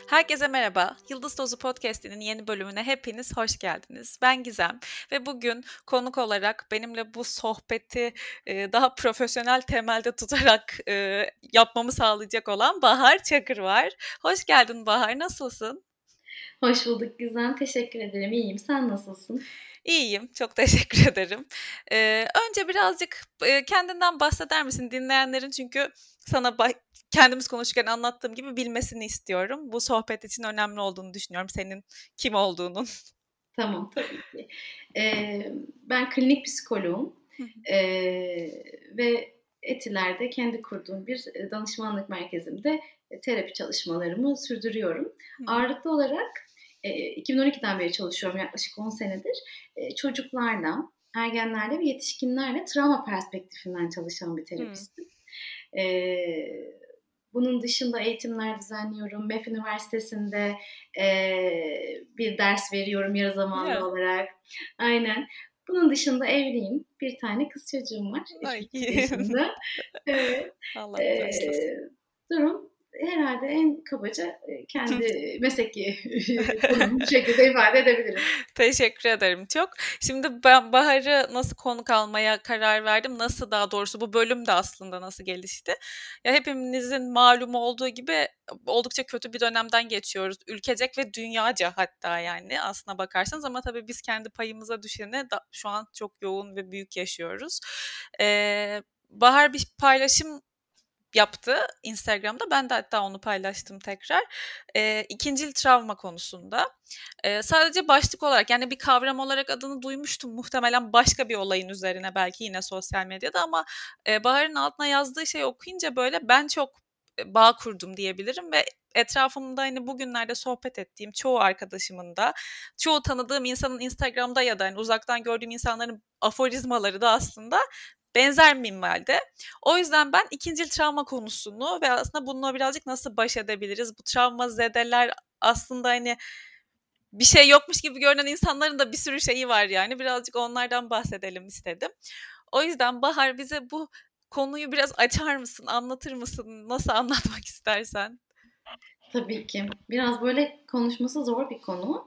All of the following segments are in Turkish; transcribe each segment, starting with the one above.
Herkese merhaba. Yıldız Tozu Podcast'inin yeni bölümüne hepiniz hoş geldiniz. Ben Gizem ve bugün konuk olarak benimle bu sohbeti daha profesyonel temelde tutarak yapmamı sağlayacak olan Bahar Çakır var. Hoş geldin Bahar, nasılsın? Hoş bulduk Gizem. Teşekkür ederim. İyiyim. Sen nasılsın? İyiyim, çok teşekkür ederim. Önce birazcık kendinden bahseder misin dinleyenlerin çünkü sana kendimiz konuşurken anlattığım gibi bilmesini istiyorum. Bu sohbet için önemli olduğunu düşünüyorum senin kim olduğunun. Tamam, tabii ki. Ben klinik psikoloğum ve Etiler'de kendi kurduğum bir danışmanlık merkezimde terapi çalışmalarımı sürdürüyorum. Ağırlıklı olarak 2012'den beri çalışıyorum, yaklaşık 10 senedir. Çocuklarla, ergenlerle ve yetişkinlerle travma perspektifinden çalışan bir terapistim. Bunun dışında eğitimler düzenliyorum. MEF Üniversitesi'nde bir ders veriyorum yarı zamanlı olarak. Aynen. Bunun dışında evliyim. Bir tane kız çocuğum var. 3,5 yaşında. Evet. Allah bağışlasın. Durum herhalde en kabaca kendi mesleki konumu bu şekilde ifade edebilirim. Teşekkür ederim çok. Şimdi ben Bahar'ı nasıl konuk almaya karar verdim? Nasıl daha doğrusu bu bölüm de aslında nasıl gelişti? Ya hepimizin malumu olduğu gibi oldukça kötü bir dönemden geçiyoruz. Ülkecek ve dünyaca hatta yani aslına bakarsanız ama tabii biz kendi payımıza düşeni şu an çok yoğun ve büyük yaşıyoruz. Bahar bir paylaşım yaptı Instagram'da. Ben de hatta onu paylaştım tekrar. İkincil travma konusunda. Sadece başlık olarak yani bir kavram olarak adını duymuştum. Muhtemelen başka bir olayın üzerine belki yine sosyal medyada ama Bahar'ın altına yazdığı şeyi okuyunca böyle ben çok bağ kurdum diyebilirim ve etrafımda hani bugünlerde sohbet ettiğim çoğu arkadaşımın da çoğu tanıdığım insanın Instagram'da ya da hani uzaktan gördüğüm insanların aforizmaları da aslında benzer minvalde. O yüzden ben ikincil travma konusunu ve aslında bununla birazcık nasıl baş edebiliriz? Bu travma zedeler aslında hani bir şey yokmuş gibi görünen insanların da bir sürü şeyi var yani. Birazcık onlardan bahsedelim istedim. O yüzden Bahar bize bu konuyu biraz açar mısın, anlatır mısın? Nasıl anlatmak istersen? Tabii ki. Biraz böyle konuşması zor bir konu.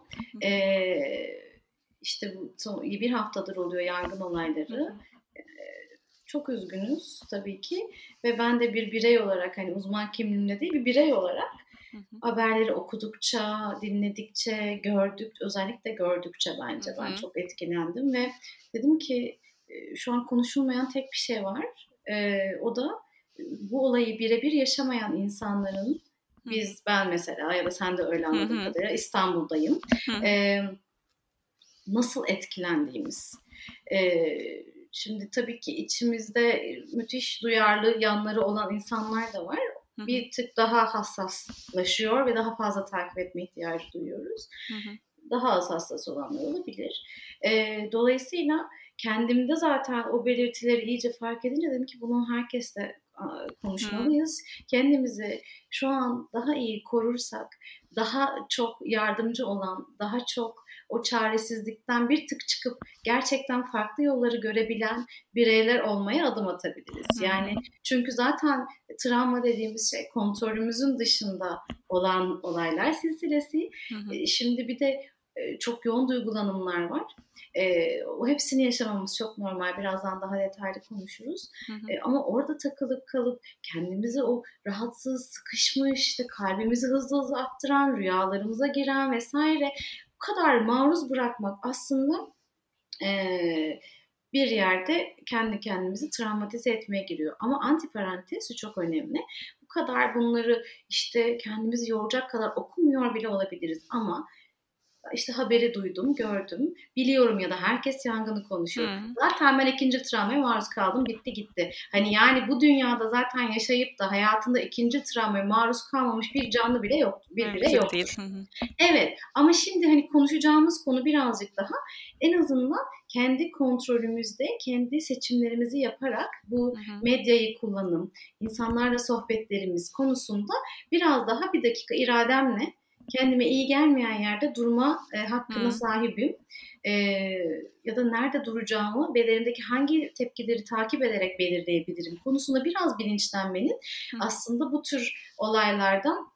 İşte bu bir haftadır oluyor yangın olayları. Çok üzgünüz tabii ki ve ben de bir birey olarak hani uzman kimliğimle değil bir birey olarak haberleri okudukça, dinledikçe, özellikle gördükçe bence ben çok etkilendim ve dedim ki şu an konuşulmayan tek bir şey var. O da bu olayı birebir yaşamayan insanların ben mesela ya da sen de öyle anladığım kadarıyla İstanbul'dayım. Nasıl etkilendiğimiz. Şimdi tabii ki içimizde müthiş duyarlı yanları olan insanlar da var. Bir tık daha hassaslaşıyor ve daha fazla takip etme ihtiyacı duyuyoruz. Daha az hassas olanlar olabilir. Dolayısıyla kendimde zaten o belirtileri iyice fark edince dedim ki bunu herkesle konuşmalıyız. Kendimizi şu an daha iyi korursak, daha çok yardımcı olan, daha çok o çaresizlikten bir tık çıkıp gerçekten farklı yolları görebilen bireyler olmaya adım atabiliriz. Yani çünkü zaten travma dediğimiz şey kontrolümüzün dışında olan olaylar silsilesi. Şimdi bir de çok yoğun duygulanımlar var. O hepsini yaşamamız çok normal. Birazdan daha detaylı konuşuruz. Ama orada takılıp kalıp kendimizi o rahatsız, sıkışmış, işte kalbimizi hızlı hızlı attıran, rüyalarımıza giren vesaire bu kadar maruz bırakmak aslında bir yerde kendi kendimizi travmatize etmeye giriyor. Ama antiparantez şu çok önemli. Bu kadar bunları işte kendimizi yoracak kadar okumuyor bile olabiliriz ama işte haberi duydum, gördüm, biliyorum ya da herkes yangını konuşuyor. Zaten ben ikinci travmaya maruz kaldım, bitti gitti. Hani yani bu dünyada zaten yaşayıp da hayatında ikinci travmaya maruz kalmamış bir canlı bile yoktu. Bir birey yoktu. Evet ama şimdi hani konuşacağımız konu birazcık daha en azından kendi kontrolümüzde, kendi seçimlerimizi yaparak bu medyayı kullanım, insanlarla sohbetlerimiz konusunda biraz daha bir dakika irademle kendime iyi gelmeyen yerde durma hakkına sahibim. Ya da nerede duracağımı, bedenimdeki hangi tepkileri takip ederek belirleyebilirim konusunda biraz bilinçlenmenin aslında bu tür olaylardan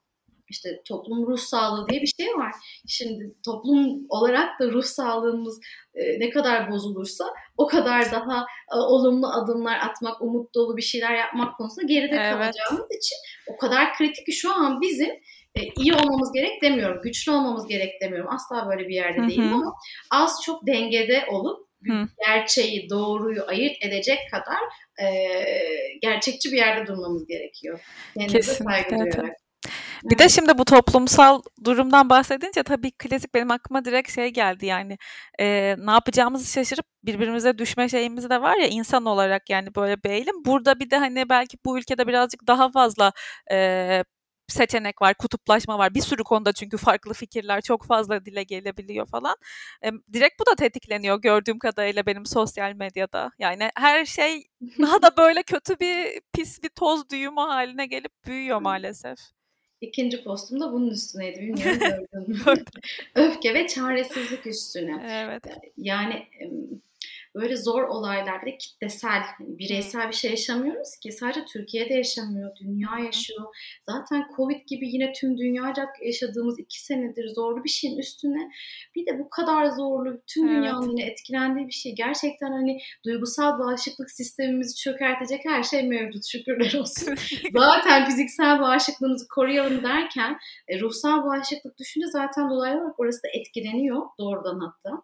İşte toplum ruh sağlığı diye bir şey var. Şimdi toplum olarak da ruh sağlığımız ne kadar bozulursa o kadar daha olumlu adımlar atmak, umut dolu bir şeyler yapmak konusunda geride kalacağımız için o kadar kritik ki şu an bizim iyi olmamız gerek demiyorum, güçlü olmamız gerek demiyorum. Asla böyle bir yerde değilim ama az çok dengede olup gerçeği, doğruyu ayırt edecek kadar gerçekçi bir yerde durmamız gerekiyor. Kendimize saygı duyarak. Bir de şimdi bu toplumsal durumdan bahsedince tabii klasik benim aklıma direkt şey geldi yani ne yapacağımızı şaşırıp birbirimize düşme şeyimiz de var ya insan olarak yani böyle bir eğilim. Burada bir de hani belki bu ülkede birazcık daha fazla seçenek var, kutuplaşma var. Bir sürü konuda çünkü farklı fikirler çok fazla dile gelebiliyor falan. Direkt bu da tetikleniyor gördüğüm kadarıyla benim sosyal medyada. Yani her şey daha da böyle kötü bir pis bir toz düğümü haline gelip büyüyor maalesef. İkinci postum da bunun üstüneydi. Bilmiyorum gördün mü? Öfke ve çaresizlik üstüne. Evet. Yani böyle zor olaylar, bir de kitlesel, bireysel bir şey yaşamıyoruz ki. Sadece Türkiye'de yaşamıyor, dünya yaşıyor. Zaten Covid gibi yine tüm dünyaca yaşadığımız 2 senedir zorlu bir şeyin üstüne bir de bu kadar zorlu, tüm dünyanın yine etkilendiği bir şey. Gerçekten hani duygusal bağışıklık sistemimizi çökertecek her şey mevcut, şükürler olsun. Zaten fiziksel bağışıklığımızı koruyalım derken ruhsal bağışıklık düşünce zaten dolaylı olarak orası da etkileniyor doğrudan hatta.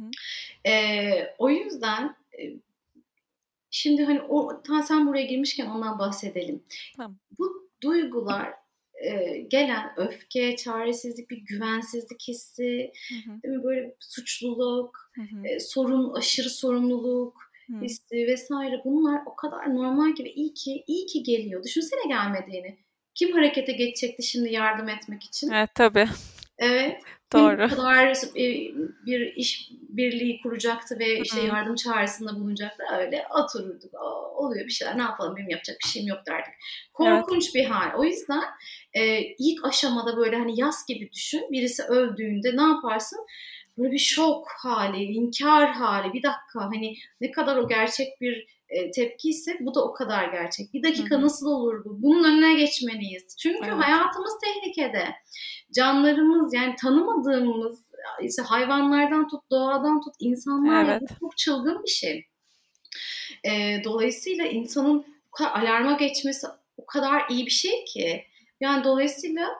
O yüzden şimdi hani sen buraya girmişken ondan bahsedelim. Tamam. Bu duygular gelen öfke, çaresizlik, bir güvensizlik hissi, değil mi? Böyle suçluluk, aşırı sorumluluk hissi vesaire, bunlar o kadar normal ki ve iyi ki geliyor. Düşünsene gelmediğini. Kim harekete geçecekti şimdi yardım etmek için? Evet tabii. Evet. Doğru. Bu kadar bir iş birliği kuracaktı ve işte yardım çağrısında bulunacaktı. Öyle otururduk. Oluyor bir şeyler. Ne yapalım, benim yapacak bir şeyim yok derdik. Korkunç bir hal. O yüzden ilk aşamada böyle hani yas gibi düşün. Birisi öldüğünde ne yaparsın? Böyle bir şok hali, inkar hali. Bir dakika, hani ne kadar o gerçek bir tepki ise bu da o kadar gerçek. Bir dakika, nasıl olur bu? Bunun önüne geçmeliyiz. Çünkü hayatımız tehlikede. Canlarımız, yani tanımadığımız işte hayvanlardan tut, doğadan tut, insanlar, bu çok çılgın bir şey. Dolayısıyla insanın bu kadar alarma geçmesi o kadar iyi bir şey ki. Yani dolayısıyla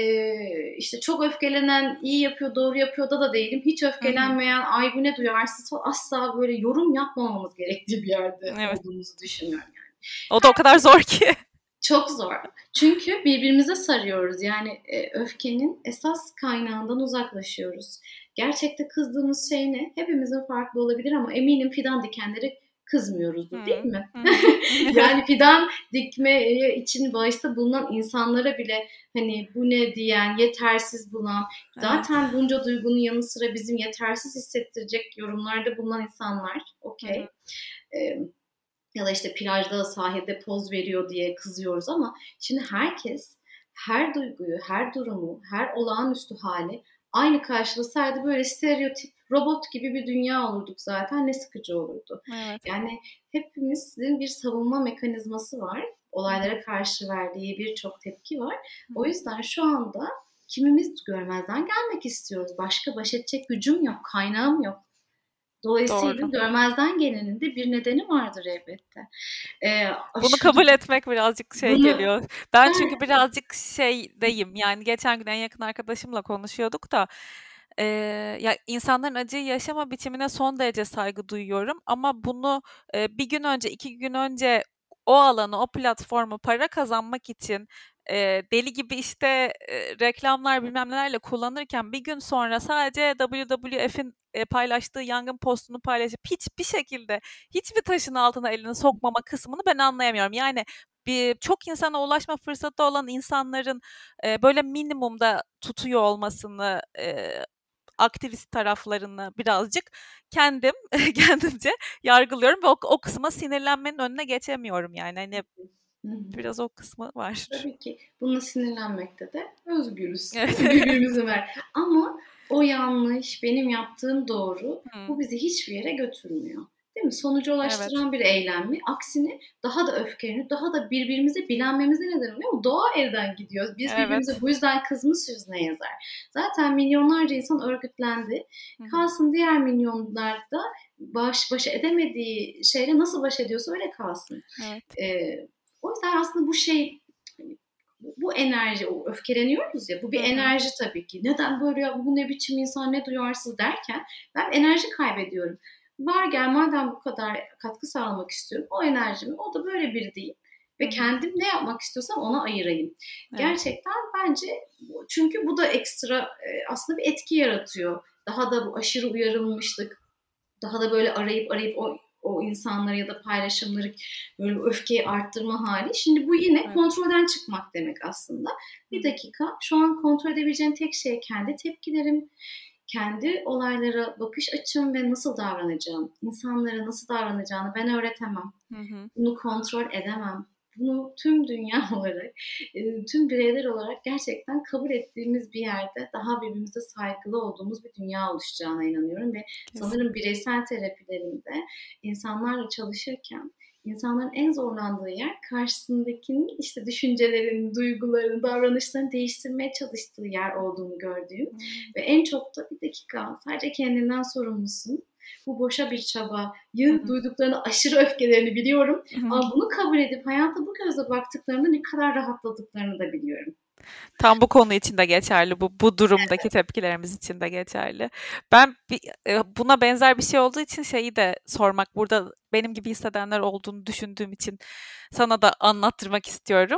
işte çok öfkelenen iyi yapıyor, doğru yapıyor da değilim. Hiç öfkelenmeyen, ay bu ne duyarsız falan, asla böyle yorum yapmamamız gerektiği bir yerde olduğumuzu düşünüyorum yani. O da o kadar zor ki. Çok zor. Çünkü birbirimize sarıyoruz. Yani öfkenin esas kaynağından uzaklaşıyoruz. Gerçekte kızdığımız şey ne? Hepimizin farklı olabilir ama eminim fidan dikenleri kızmıyoruzdur, değil mi? Yani fidan dikme için bağışta bulunan insanlara bile hani bu ne diyen, yetersiz bulan, zaten bunca duygunun yanı sıra bizim yetersiz hissettirecek yorumlarda bulunan insanlar, okey. Ya da işte plajda, sahilde poz veriyor diye kızıyoruz ama şimdi herkes her duyguyu, her durumu, her olağanüstü hali aynı karşılasaydı böyle stereotip, robot gibi bir dünya olurduk zaten. Ne sıkıcı olurdu. Yani hepimizin bir savunma mekanizması var. Olaylara karşı verdiği birçok tepki var. O yüzden şu anda kimimiz görmezden gelmek istiyoruz. Başka baş edecek gücüm yok, kaynağım yok. Dolayısıyla görmezden gelenin de bir nedeni vardır elbette. Bunu kabul etmek birazcık geliyor. Ben çünkü birazcık şeydeyim. Yani geçen gün en yakın arkadaşımla konuşuyorduk da ya insanların acıyı yaşama biçimine son derece saygı duyuyorum ama bunu bir gün önce, 2 gün önce o alanı, o platformu para kazanmak için deli gibi işte reklamlar bilmem nelerle kullanırken bir gün sonra sadece WWF'in paylaştığı yangın postunu paylaşıp hiçbir şekilde hiçbir taşın altına elini sokmama kısmını ben anlayamıyorum. Yani çok insana ulaşma fırsatı olan insanların böyle minimumda tutuyor olmasını, aktivist taraflarını birazcık kendimce yargılıyorum ve o kısma sinirlenmenin önüne geçemiyorum yani. Hani biraz o kısmı var. Tabii ki. Buna sinirlenmekte de özgürüz. Birbirimize ver. Ama o yanlış, benim yaptığım doğru. Bu bizi hiçbir yere götürmüyor. değil mi? Sonuca Evet. ulaştıran bir eylem mi? Aksine daha da öfkeleniyor, daha da birbirimize bilenmemize neden oluyor. Ama doğa elden gidiyor. Biz birbirimize Evet. bu yüzden kızmışız ne yazar. Zaten milyonlarca insan örgütlendi. Hı hı. Kalsın diğer milyonlar da baş edemediği şeyle nasıl baş ediyorsa öyle kalsın. Evet. O yüzden aslında bu şey, bu enerji, o öfkeleniyoruz ya, bu bir Hı hı. enerji tabii ki. Neden böyle ya, bu ne biçim insan, ne duyarsız derken ben enerji kaybediyorum. Var gel, madem bu kadar katkı sağlamak istiyorum, o enerjimi, o da böyle biri değil. Hı Ve hı. kendim ne yapmak istiyorsam ona ayırayım. Evet. Gerçekten bence, çünkü bu da ekstra aslında bir etki yaratıyor. Daha da bu aşırı uyarılmışlık, daha da böyle arayıp o insanları ya da paylaşımları böyle öfkeyi arttırma hali. Şimdi bu yine Evet. kontrolden çıkmak demek aslında. Hı Bir hı. dakika, şu an kontrol edebileceğim tek şey kendi tepkilerim, kendi olaylara bakış açım ve nasıl davranacağım. İnsanlara nasıl davranacağını ben öğretemem. Hı hı. Bunu kontrol edemem. Bunu tüm dünya olarak, tüm bireyler olarak gerçekten kabul ettiğimiz bir yerde daha birbirimize saygılı olduğumuz bir dünya oluşacağına inanıyorum ve sanırım Kesinlikle. bireysel terapilerimde insanlarla çalışırken insanların en zorlandığı yer karşısındakinin işte düşüncelerini, duygularını, davranışlarını değiştirmeye çalıştığı yer olduğunu gördüğüm Hmm. ve en çok da bir dakika sadece kendinden sorumlusun. Bu boşa bir çaba. Hı Yıl hı. duyduklarını, aşırı öfkelerini biliyorum. Hı hı. Ama bunu kabul edip hayata bu gözle baktıklarında ne kadar rahatladıklarını da biliyorum. Tam bu konu için de geçerli. Bu durumdaki tepkilerimiz için de geçerli. Ben buna benzer bir şey olduğu için şeyi de sormak, burada benim gibi hissedenler olduğunu düşündüğüm için sana da anlattırmak istiyorum.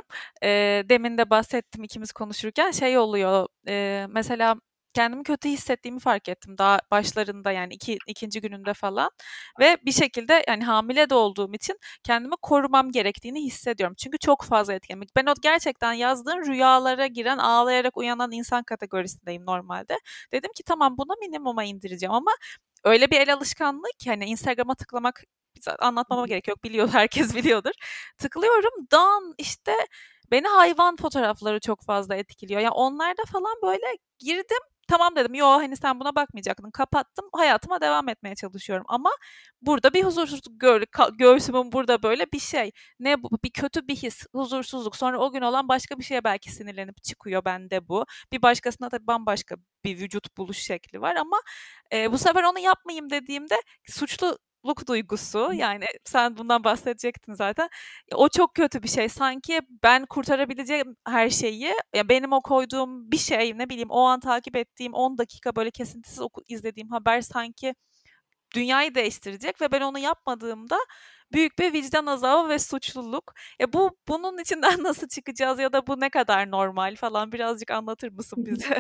Demin de bahsettim ikimiz konuşurken, şey oluyor. Mesela kendimi kötü hissettiğimi fark ettim daha başlarında, yani ikinci gününde falan, ve bir şekilde, yani hamile de olduğum için kendimi korumam gerektiğini hissediyorum. Çünkü çok fazla etkilemek. Ben o gerçekten yazdığın rüyalara giren, ağlayarak uyanan insan kategorisindeyim normalde. Dedim ki tamam, bunu minimuma indireceğim, ama öyle bir el alışkanlığı ki, hani Instagram'a tıklamak, anlatmama gerek yok, biliyor, herkes biliyordur. Tıklıyorum, dan işte beni hayvan fotoğrafları çok fazla etkiliyor. Yani onlarda falan böyle girdim, tamam dedim, yo hani sen buna bakmayacaktın, kapattım, hayatıma devam etmeye çalışıyorum, ama burada bir huzursuzluk göğsümün burada böyle bir şey. Ne bu? Bir kötü bir his, huzursuzluk. Sonra o gün olan başka bir şeye belki sinirlenip çıkıyor bende bu. Bir başkasında tabii bambaşka bir vücut buluş şekli var, ama bu sefer onu yapmayayım dediğimde suçluluk duygusu, yani sen bundan bahsedecektin zaten. O çok kötü bir şey. Sanki ben kurtarabileceğim her şeyi, ya benim o koyduğum bir şey, ne bileyim, o an takip ettiğim 10 dakika böyle kesintisiz izlediğim haber sanki dünyayı değiştirecek ve ben onu yapmadığımda büyük bir vicdan azabı ve suçluluk. Bunun içinden nasıl çıkacağız, ya da bu ne kadar normal falan, birazcık anlatır mısın bize?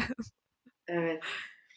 Evet.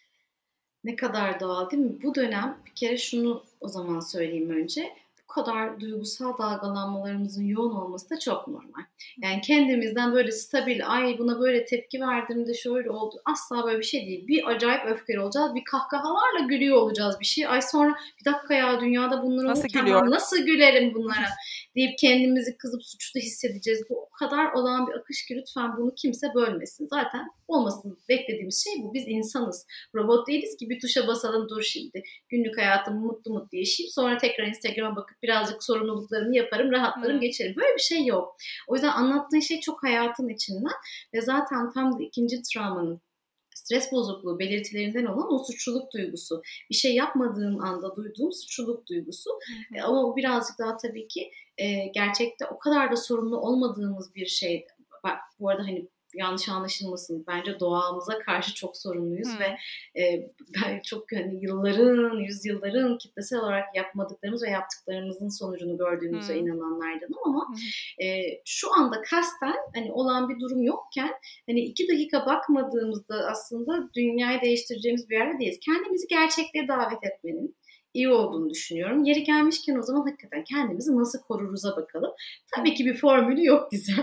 Ne kadar doğal değil mi? Bu dönem bir kere şunu o zaman söyleyeyim önce. Bu kadar duygusal dalgalanmalarımızın yoğun olması da çok normal. Yani kendimizden böyle stabil, ay buna böyle tepki verdim de şöyle oldu. Asla böyle bir şey değil. Bir acayip öfkeli olacağız. Bir kahkahalarla gülüyor olacağız bir şey. Ay sonra bir dakika ya, dünyada bunlar Nasıl olurken ben gülüyorum? nasıl gülerim bunlara deyip kendimizi kızıp suçlu hissedeceğiz. Bu o kadar olağan bir akış ki lütfen bunu kimse bölmesin. Zaten olmasını beklediğimiz şey bu. Biz insanız. Robot değiliz ki bir tuşa basalım, dur şimdi günlük hayatımı mutlu mutlu yaşayayım, sonra tekrar Instagram'a bakıp birazcık sorumluluklarımı yaparım, rahatlarım, Hı. geçerim. Böyle bir şey yok. O yüzden anlattığın şey çok hayatın içinden ve zaten tam da ikinci travmanın, stres bozukluğu belirtilerinden olan o suçluluk duygusu. Bir şey yapmadığım anda duyduğum suçluluk duygusu. Hı hı. Ama o birazcık daha tabii ki gerçekte o kadar da sorumlu olmadığımız bir şey. Bak, bu arada hani yanlış anlaşılmasın. Bence doğamıza karşı çok sorumluyuz ve Hı. ben çok hani yılların, yüzyılların kitlesel olarak yapmadıklarımız ve yaptıklarımızın sonucunu gördüğümüze Hı. inananlardanım, ama Hı hı. şu anda kasten hani olan bir durum yokken hani 2 dakika bakmadığımızda aslında dünyayı değiştireceğimiz bir yerde değiliz. Kendimizi gerçekliğe davet etmenin iyi olduğunu düşünüyorum. Yeri gelmişken o zaman hakikaten kendimizi nasıl koruruza bakalım. Tabii ki bir formülü yok Gizem.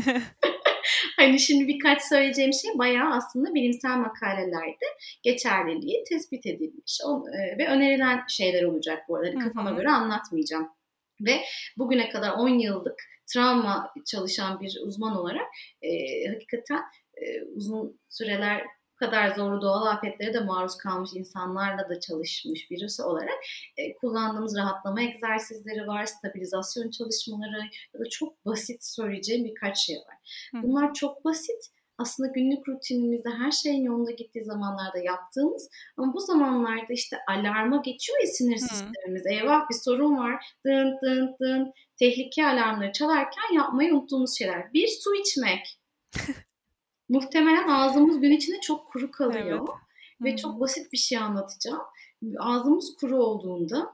Hani şimdi birkaç söyleyeceğim şey bayağı aslında bilimsel makalelerde geçerliliği tespit edilmiş ve önerilen şeyler olacak bu arada. Hani Hı kafama hı. göre anlatmayacağım. Ve bugüne kadar 10 yıllık travma çalışan bir uzman olarak hakikaten uzun süreler kadar zorlu doğal afetlere de maruz kalmış insanlarla da çalışmış birisi olarak kullandığımız rahatlama egzersizleri var, stabilizasyon çalışmaları ya da çok basit söyleyeceğim birkaç şey var. Bunlar çok basit. Aslında günlük rutinimizde her şeyin yolunda gittiği zamanlarda yaptığımız ama bu zamanlarda işte alarma geçiyor ya sinir sistemimiz. Eyvah bir sorun var. Dın dın dın. Tehlike alarmları çalarken yapmayı unuttuğumuz şeyler. Bir, su içmek. Muhtemelen ağzımız gün içinde çok kuru kalıyor. Evet. Ve çok basit bir şey anlatacağım. Ağzımız kuru olduğunda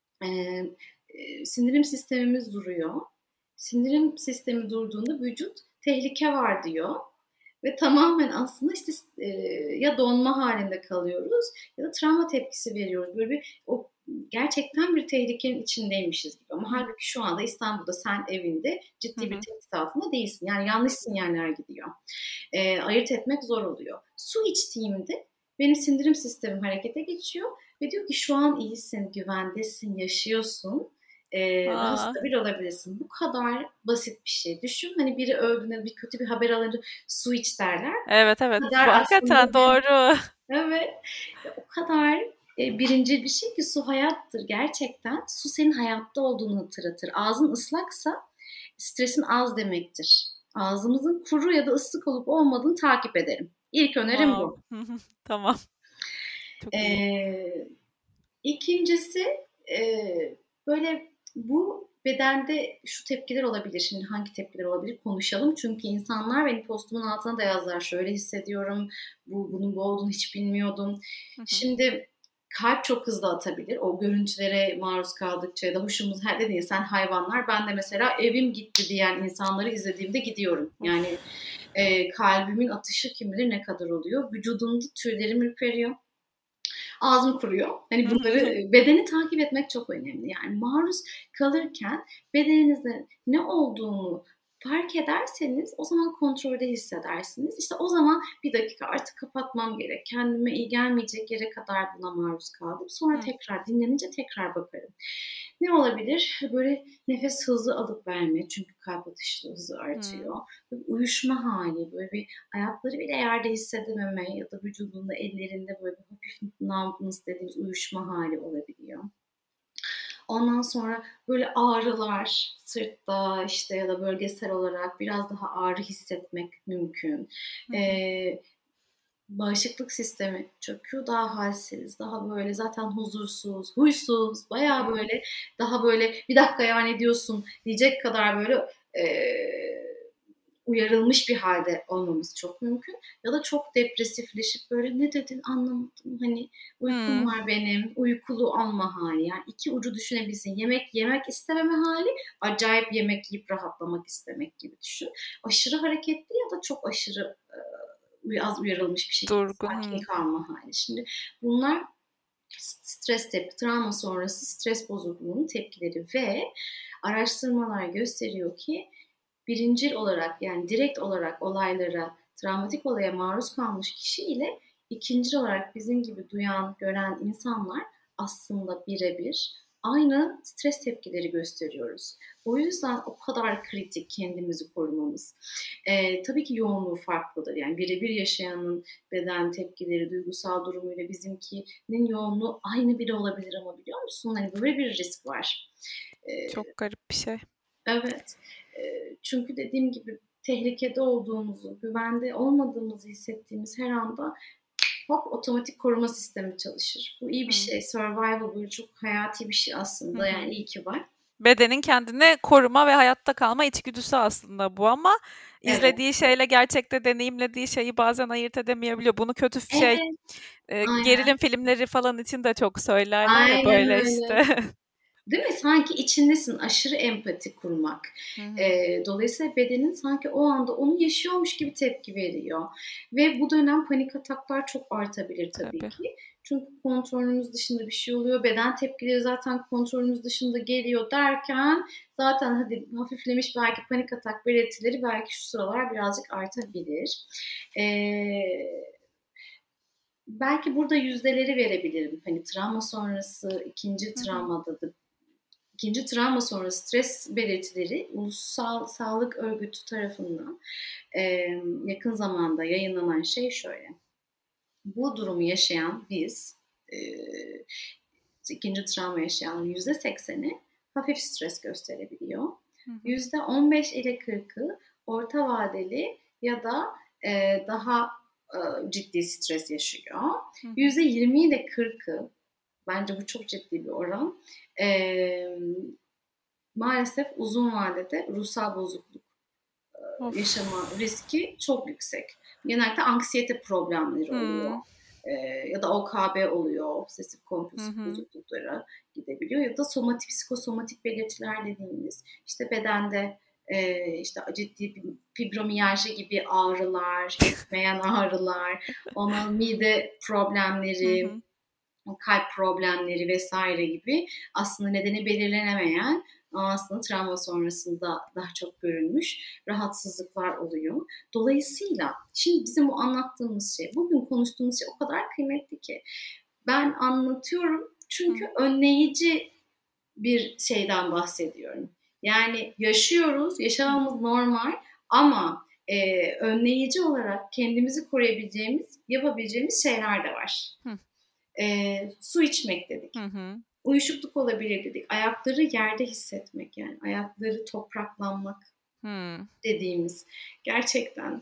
sindirim sistemimiz duruyor. Sindirim sistemi durduğunda vücut tehlike var diyor. Ve tamamen aslında işte ya donma halinde kalıyoruz ya da travma tepkisi veriyoruz. Böyle o gerçekten bir tehlikenin içindeymişiz gibi. Ama halbuki şu anda İstanbul'da sen evinde ciddi bir tehdit altında değilsin. Yani yanlış sinyaller gidiyor. Ayırt etmek zor oluyor. Su içtiğimde benim sindirim sistemim harekete geçiyor ve diyor ki şu an iyisin, güvendesin, yaşıyorsun. Daha stabil olabilirsin. Bu kadar basit bir şey. Düşün hani biri öldüğünde bir kötü bir haber alınca su iç derler. Evet. Bu hakikaten doğru. Evet. O kadar birincil bir şey ki su hayattır. Gerçekten su senin hayatta olduğunu hatırlatır. Ağzın ıslaksa stresin az demektir. Ağzımızın kuru ya da ıslık olup olmadığını takip ederim. İlk önerim bu. Tamam. Çok iyi. İkincisi böyle bu bedende şu tepkiler olabilir. Şimdi hangi tepkiler olabilir konuşalım. Çünkü insanlar benim postumun altına da yazdılar. Şöyle hissediyorum. Bunun bu olduğunu hiç bilmiyordum. Şimdi kalp çok hızlı atabilir. O görüntülere maruz kaldıkça ya da hoşumuz her dediğin sen hayvanlar. Ben de mesela evim gitti diyen insanları izlediğimde gidiyorum. Yani kalbimin atışı kim bilir ne kadar oluyor. Vücudumda tüylerim ürperiyor. Ağzım kuruyor. Hani bunları bedeni takip etmek çok önemli. Yani maruz kalırken bedeninizde ne olduğunu fark ederseniz o zaman kontrolde hissedersiniz. İşte o zaman bir dakika artık kapatmam gerek. Kendime iyi gelmeyecek yere kadar buna maruz kaldım. Sonra tekrar dinlenince tekrar bakarım. Ne olabilir? Böyle nefes hızlı alıp verme. Çünkü kalp atışı hızı artıyor. Böyle uyuşma hali. Böyle bir ayakları bile yerde hissedememe ya da vücudunda ellerinde böyle bir hafif numbness dediğimiz uyuşma hali olabiliyor. Ondan sonra böyle ağrılar sırtta işte ya da bölgesel olarak biraz daha ağrı hissetmek mümkün. Bağışıklık sistemi çöküyor, daha halsiz, daha böyle zaten huzursuz, huysuz, bayağı böyle daha böyle bir dakika yani diyorsun diyecek kadar böyle uyarılmış bir halde olmamız çok mümkün. Ya da çok depresifleşip böyle ne dedin anlamadım. Hani uykum var benim. Uykulu olma hali. Yani iki ucu düşünebilirsin. Yemek istememe hali. Acayip yemek yiyip rahatlamak istemek gibi düşün. Aşırı hareketli ya da çok aşırı az uyarılmış bir şekilde sakin kalma hali. Şimdi bunlar stres tepki, travma sonrası stres bozukluğunun tepkileri ve araştırmalar gösteriyor ki birincil olarak yani direkt olarak olaylara, travmatik olaya maruz kalmış kişi ile ikincil olarak bizim gibi duyan, gören insanlar aslında birebir aynı stres tepkileri gösteriyoruz. O yüzden o kadar kritik kendimizi korumamız. Tabii ki yoğunluğu farklıdır. Yani birebir yaşayanın beden tepkileri, duygusal durumuyla bizimkinin yoğunluğu aynı bile olabilir ama biliyor musun? Hani böyle bir risk var. Çok garip bir şey. Evet. Çünkü dediğim gibi tehlikede olduğumuzu, güvende olmadığımızı hissettiğimiz her anda hop otomatik koruma sistemi çalışır. Bu iyi bir şey. Survival böyle çok hayati bir şey aslında. Yani iyi ki var. Bedenin kendini koruma ve hayatta kalma içgüdüsü aslında bu ama izlediği şeyle gerçekte deneyimlediği şeyi bazen ayırt edemeyebiliyor. Bunu kötü gerilim filmleri falan için de çok söylerler ya böyle öyle. işte. Değil mi? Sanki içindesin aşırı empati kurmak. Dolayısıyla bedenin sanki o anda onu yaşıyormuş gibi tepki veriyor. Ve bu dönem panik ataklar çok artabilir tabii ki. Çünkü kontrolümüz dışında bir şey oluyor. Beden tepkileri zaten kontrolümüz dışında geliyor derken zaten hadi hafiflemiş belki panik atak belirtileri belki şu sıralar birazcık artabilir. Belki burada yüzdeleri verebilirim. Hani travma sonrası ikinci travmada da İkinci travma sonrası stres belirtileri Ulusal Sağlık Örgütü tarafından yakın zamanda yayınlanan şey şöyle. bu durumu yaşayan biz, ikinci travma yaşayanların %80'i hafif stres gösterebiliyor. %15 ile 40'ı orta vadeli ya da daha ciddi stres yaşıyor. %20 ile 40'ı, bence bu çok ciddi bir oran, maalesef uzun vadede ruhsal bozukluk yaşama riski çok yüksek. Genellikle anksiyete problemleri oluyor. Ya da OKB oluyor, obsesif kompulsif bozukluklara gidebiliyor. Ya da somatik, psikosomatik belirtiler dediğimiz, işte bedende işte ciddi bir fibromiyalji gibi ağrılar, geçmeyen ağrılar, ona mide problemleri, kalp problemleri vesaire gibi aslında nedeni belirlenemeyen ama aslında travma sonrasında daha çok görülmüş rahatsızlıklar oluyor. Dolayısıyla şimdi bizim bu anlattığımız şey, bugün konuştuğumuz şey o kadar kıymetli ki ben anlatıyorum çünkü önleyici bir şeyden bahsediyorum. Yani yaşıyoruz, yaşamamız normal ama önleyici olarak kendimizi koruyabileceğimiz, yapabileceğimiz şeyler de var. Su içmek dedik. Uyuşukluk olabilir dedik. Ayakları yerde hissetmek, yani ayakları topraklanmak dediğimiz. Gerçekten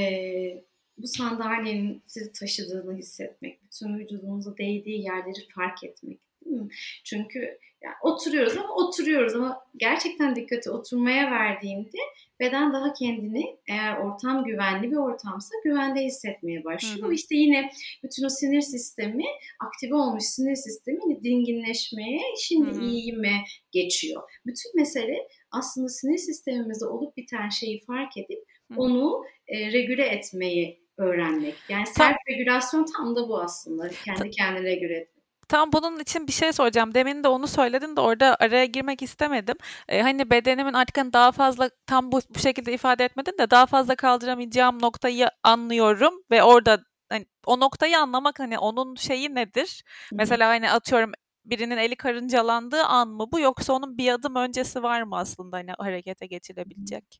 bu sandalyenin sizi taşıdığını hissetmek, bütün vücudunuza değdiği yerleri fark etmek. Değil mi? Çünkü yani oturuyoruz ama gerçekten dikkati oturmaya verdiğinde beden daha kendini, eğer ortam güvenli bir ortamsa, güvende hissetmeye başlıyor. İşte yine bütün o sinir sistemi, aktive olmuş sinir sistemi dinginleşmeye, şimdi iyiyime geçiyor. Bütün mesele aslında sinir sistemimizde olup biten şeyi fark edip onu regüle etmeyi öğrenmek. Yani self-regülasyon tam da bu aslında. Kendi kendine regüle etmek. Tam bunun için bir şey soracağım. Demin de onu söyledin de orada araya girmek istemedim. Hani bedenimin artık hani daha fazla, tam bu şekilde ifade etmedin de, daha fazla kaldıramayacağım noktayı anlıyorum ve orada hani o noktayı anlamak, hani onun şeyi nedir? Mesela hani atıyorum, birinin eli karıncalandığı an mı bu, yoksa onun bir adım öncesi var mı aslında hani harekete geçilebilecek?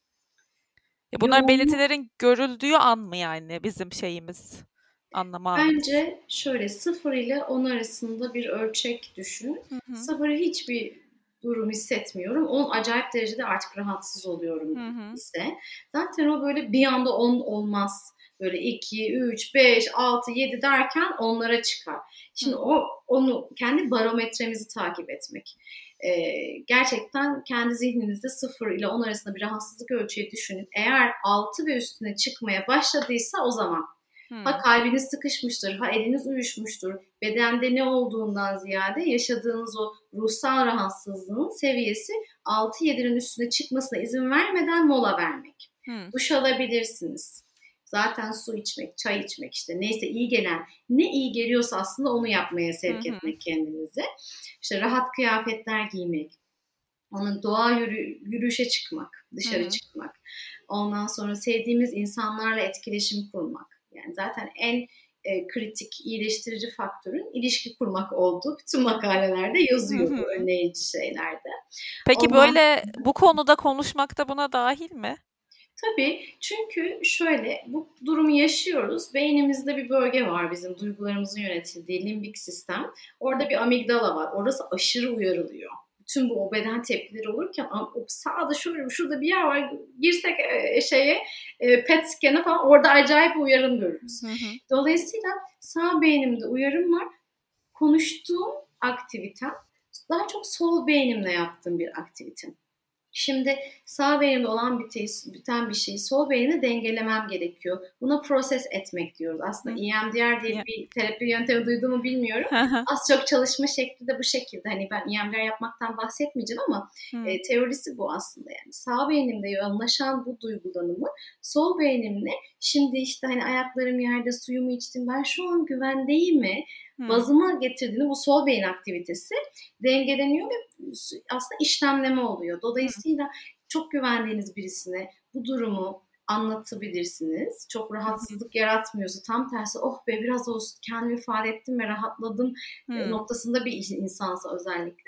Bunlar belirtilerin görüldüğü an mı yani bizim şeyimiz? Bence şöyle 0 ile 10 arasında bir ölçek düşün. 0'ı hiçbir durum hissetmiyorum. 10 acayip derecede artık rahatsız oluyorum ise. Zaten o böyle bir anda 10 olmaz. Böyle 2, 3, 5, 6, 7 derken 10'lara çıkar. Şimdi onu kendi barometremizi takip etmek. Gerçekten kendi zihninizde 0 ile 10 arasında bir rahatsızlık ölçeği düşünün. Eğer 6 ve üstüne çıkmaya başladıysa o zaman ha kalbiniz sıkışmıştır, ha eliniz uyuşmuştur. Bedende ne olduğundan ziyade yaşadığınız o ruhsal rahatsızlığın seviyesi 6-7'nin üstüne çıkmasına izin vermeden mola vermek. Duş alabilirsiniz. Zaten su içmek, çay içmek, işte neyse iyi gelen, ne iyi geliyorsa aslında onu yapmaya sevk etmek kendinizi. İşte rahat kıyafetler giymek, onun doğa yürüyüşe çıkmak, dışarı çıkmak. Ondan sonra sevdiğimiz insanlarla etkileşim kurmak. Yani zaten en kritik iyileştirici faktörün ilişki kurmak olduğu bütün makalelerde yazıyor, bu önleyici şeylerde. Peki böyle bu konuda konuşmak da buna dahil mi? Tabii, çünkü şöyle, bu durumu yaşıyoruz. Beynimizde bir bölge var bizim duygularımızın yönetildiği limbik sistem. Orada bir amigdala var. Orası aşırı uyarılıyor. Bütün bu o beden tepkileri olurken sağda şurada bir yer var, girsek PET scan'e falan, orada acayip bir uyarım görürüz. Dolayısıyla sağ beynimde uyarım var. Konuştuğum aktivitem daha çok sol beynimle yaptığım bir aktivitem. Şimdi sağ beynimde olan biten bir şeyi sol beynimle dengelemem gerekiyor. Buna proses etmek diyoruz. Aslında EMDR diye bir terapi yöntemi duyduğumu bilmiyorum. Az çok çalışma şekli de bu şekilde. Hani ben EMDR yapmaktan bahsetmeyeceğim ama teorisi bu aslında. Yani sağ beynimde yoğunlaşan bu duygulanımı sol beynimle, şimdi işte hani ayaklarım yerde, suyumu içtim, ben şu an güvendeyim mi? Bazıma getirdiğinde bu sol beyin aktivitesi dengeleniyor ve aslında işlemleme oluyor. Dolayısıyla çok güvendiğiniz birisine bu durumu anlatabilirsiniz. Çok rahatsızlık yaratmıyorsa, tam tersi oh be biraz olsun kendimi ifade ettim ve rahatladım noktasında bir insansa özellikle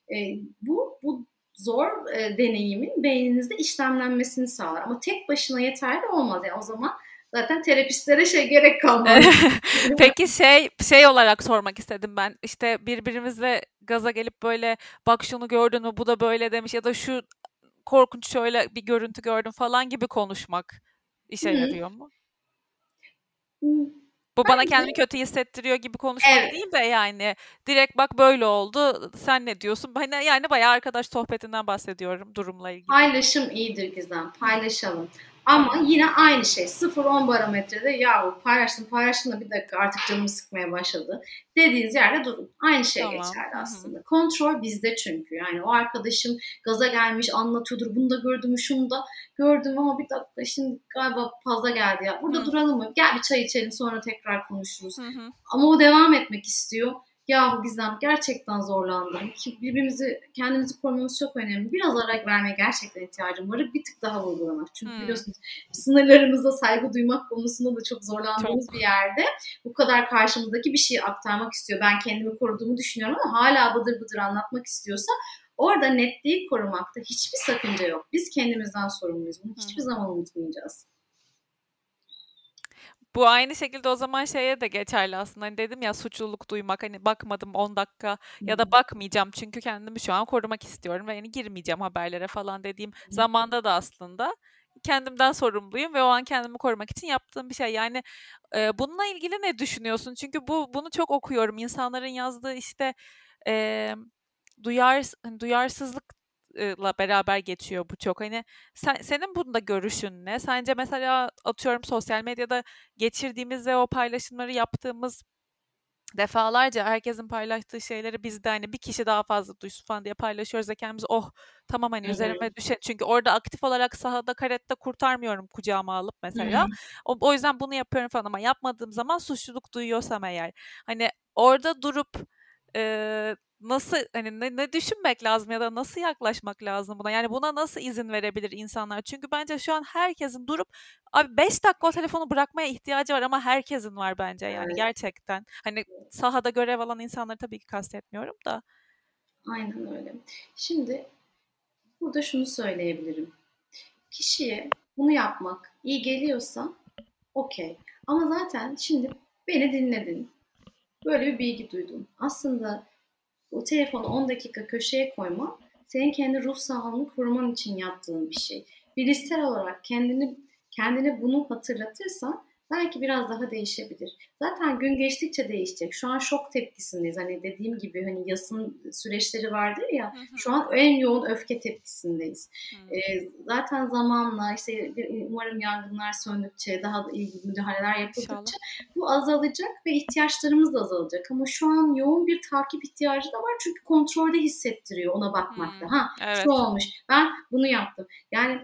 bu zor deneyimin beyninizde işlemlenmesini sağlar. Ama tek başına yeterli olmaz. Yani o zaman Zaten terapistlere gerek kalmaz. Peki şey olarak sormak istedim ben. İşte birbirimizle gaza gelip böyle bak şunu gördün mü bu da böyle demiş ya da şu korkunç şöyle bir görüntü gördüm falan gibi konuşmak işe Hı. yarıyor mu? Hı. Bu bana kendimi Bence kötü hissettiriyor gibi konuşmak evet. değil de yani direkt bak böyle oldu sen ne diyorsun? Hani yani bayağı arkadaş sohbetinden bahsediyorum durumla ilgili. Paylaşım iyidir Gizem. Hı, Paylaşalım. Ama tamam. yine aynı şey. 0-10 barometrede ya paylaştım da bir dakika artık canımı sıkmaya başladı dediğiniz yerde durun. Aynı şey Tamam. geçerli Hı hı. aslında. Kontrol bizde çünkü. Yani o arkadaşım gaza gelmiş anlatıyordur. Bunu da gördüm, şunu da gördüm ama bir dakika şimdi galiba fazla geldi ya. Burada Hı duralım mı? Gel bir çay içelim sonra tekrar konuşuruz. hı. Hı. Ama o devam etmek istiyor. Ya Gizem gerçekten zorlandım. Birbirimizi, kendimizi korumamız çok önemli. Biraz ara vermeye gerçekten ihtiyacım var. Bir tık daha vurgulamak. Çünkü Hı. biliyorsunuz sınırlarımıza saygı duymak konusunda da çok zorlandığımız bir Çok. yerde bu kadar karşımızdaki bir şeyi aktarmak istiyor. Ben kendimi koruduğumu düşünüyorum ama hala bıdır bıdır anlatmak istiyorsa orada netliği korumakta hiçbir sakınca yok. Biz kendimizden sorumluyuz. Bunu Hı hiçbir hı. zaman unutmayacağız. Bu aynı şekilde o zaman şeye de geçerli aslında. Hani dedim ya suçluluk duymak hani bakmadım 10 dakika ya da bakmayacağım çünkü kendimi şu an korumak istiyorum ve yani girmeyeceğim haberlere falan dediğim zamanda da aslında kendimden sorumluyum ve o an kendimi korumak için yaptığım bir şey. Yani bununla ilgili ne düşünüyorsun? Çünkü bunu çok okuyorum. İnsanların yazdığı işte e, hani duyarsızlıkla beraber geçiyor bu çok. Hani senin bunda görüşün ne? Sence mesela atıyorum sosyal medyada geçirdiğimiz ve o paylaşımları yaptığımız defalarca herkesin paylaştığı şeyleri biz de hani bir kişi daha fazla duysun falan diye paylaşıyoruz ve kendimiz oh tamam hani Hı hı. üzerime düşe çünkü orada aktif olarak sahada karette kurtarmıyorum kucağıma alıp Hı hı. mesela o yüzden bunu yapıyorum falan ama yapmadığım zaman suçluluk duyuyorsam eğer hani orada durup nasıl hani ne düşünmek lazım ya da nasıl yaklaşmak lazım buna yani buna nasıl izin verebilir insanlar çünkü bence şu an herkesin durup abi 5 dakika o telefonu bırakmaya ihtiyacı var ama herkesin var bence yani Evet, gerçekten. Hani sahada görev alan insanları tabii ki kastetmiyorum da. aynen öyle. Şimdi burada şunu söyleyebilirim. Kişiye bunu yapmak iyi geliyorsa okey. Ama zaten şimdi beni dinledin. Böyle bir bilgi duydun. Aslında o telefonu 10 dakika köşeye koyma senin kendi ruh sağlığını koruman için yaptığın bir şey. Bilişsel olarak kendine bunu hatırlatırsan belki biraz daha değişebilir. Zaten gün geçtikçe değişecek. Şu an şok tepkisindeyiz. Hani dediğim gibi hani yasın süreçleri vardır ya. Hı Şu hı. an en yoğun öfke tepkisindeyiz. Hımm. Zaten zamanla işte umarım yangınlar söndükçe daha da iyi müdahaleler İnşallah. yapıldıkça bu azalacak ve ihtiyaçlarımız da azalacak. Ama şu an yoğun bir takip ihtiyacı da var çünkü kontrolde hissettiriyor ona bakmakta. Hımm. Ha şu Evet. olmuş ben bunu yaptım. Yani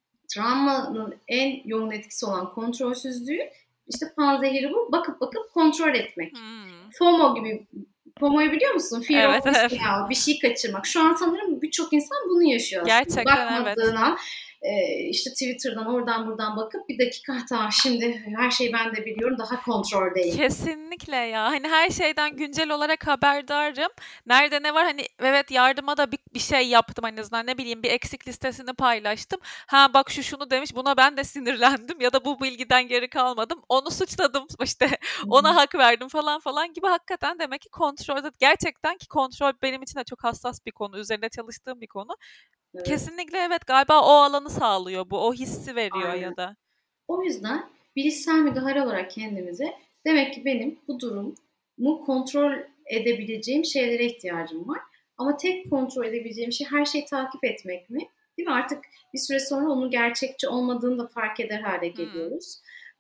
travmanın en yoğun etkisi olan kontrolsüzlüğü işte panzehiri bu bakıp bakıp kontrol etmek. Hımm. FOMO gibi. FOMO'yu biliyor musun? Fear Evet, of evet. missing out. Bir şey kaçırmak. Şu an sanırım birçok insan bunu yaşıyor aslında. Gerçekten evet. Bakmadığın an işte Twitter'dan oradan buradan bakıp bir dakika tamam şimdi her şeyi ben de biliyorum daha kontroldeyim. Kesinlikle ya. Hani her şeyden güncel olarak haberdarım. Nerede ne var hani evet yardıma da bir şey yaptım en azından ne bileyim bir eksik listesini paylaştım. Ha bak şu şunu demiş buna ben de sinirlendim ya da bu bilgiden geri kalmadım. Onu suçladım işte ona hak verdim falan falan gibi hakikaten demek ki kontrolde gerçekten ki kontrol benim için de çok hassas bir konu. Üzerinde çalıştığım bir konu. Evet, Kesinlikle evet galiba o alanı sağlıyor bu. O hissi veriyor aynen. ya da. O yüzden bilişsel müdahale olarak kendimize demek ki benim bu durumu kontrol edebileceğim şeylere ihtiyacım var. Ama tek kontrol edebileceğim şey her şeyi takip etmek mi? Değil mi? Artık bir süre sonra onun gerçekçi olmadığını da fark eder hale Hımm. geliyoruz.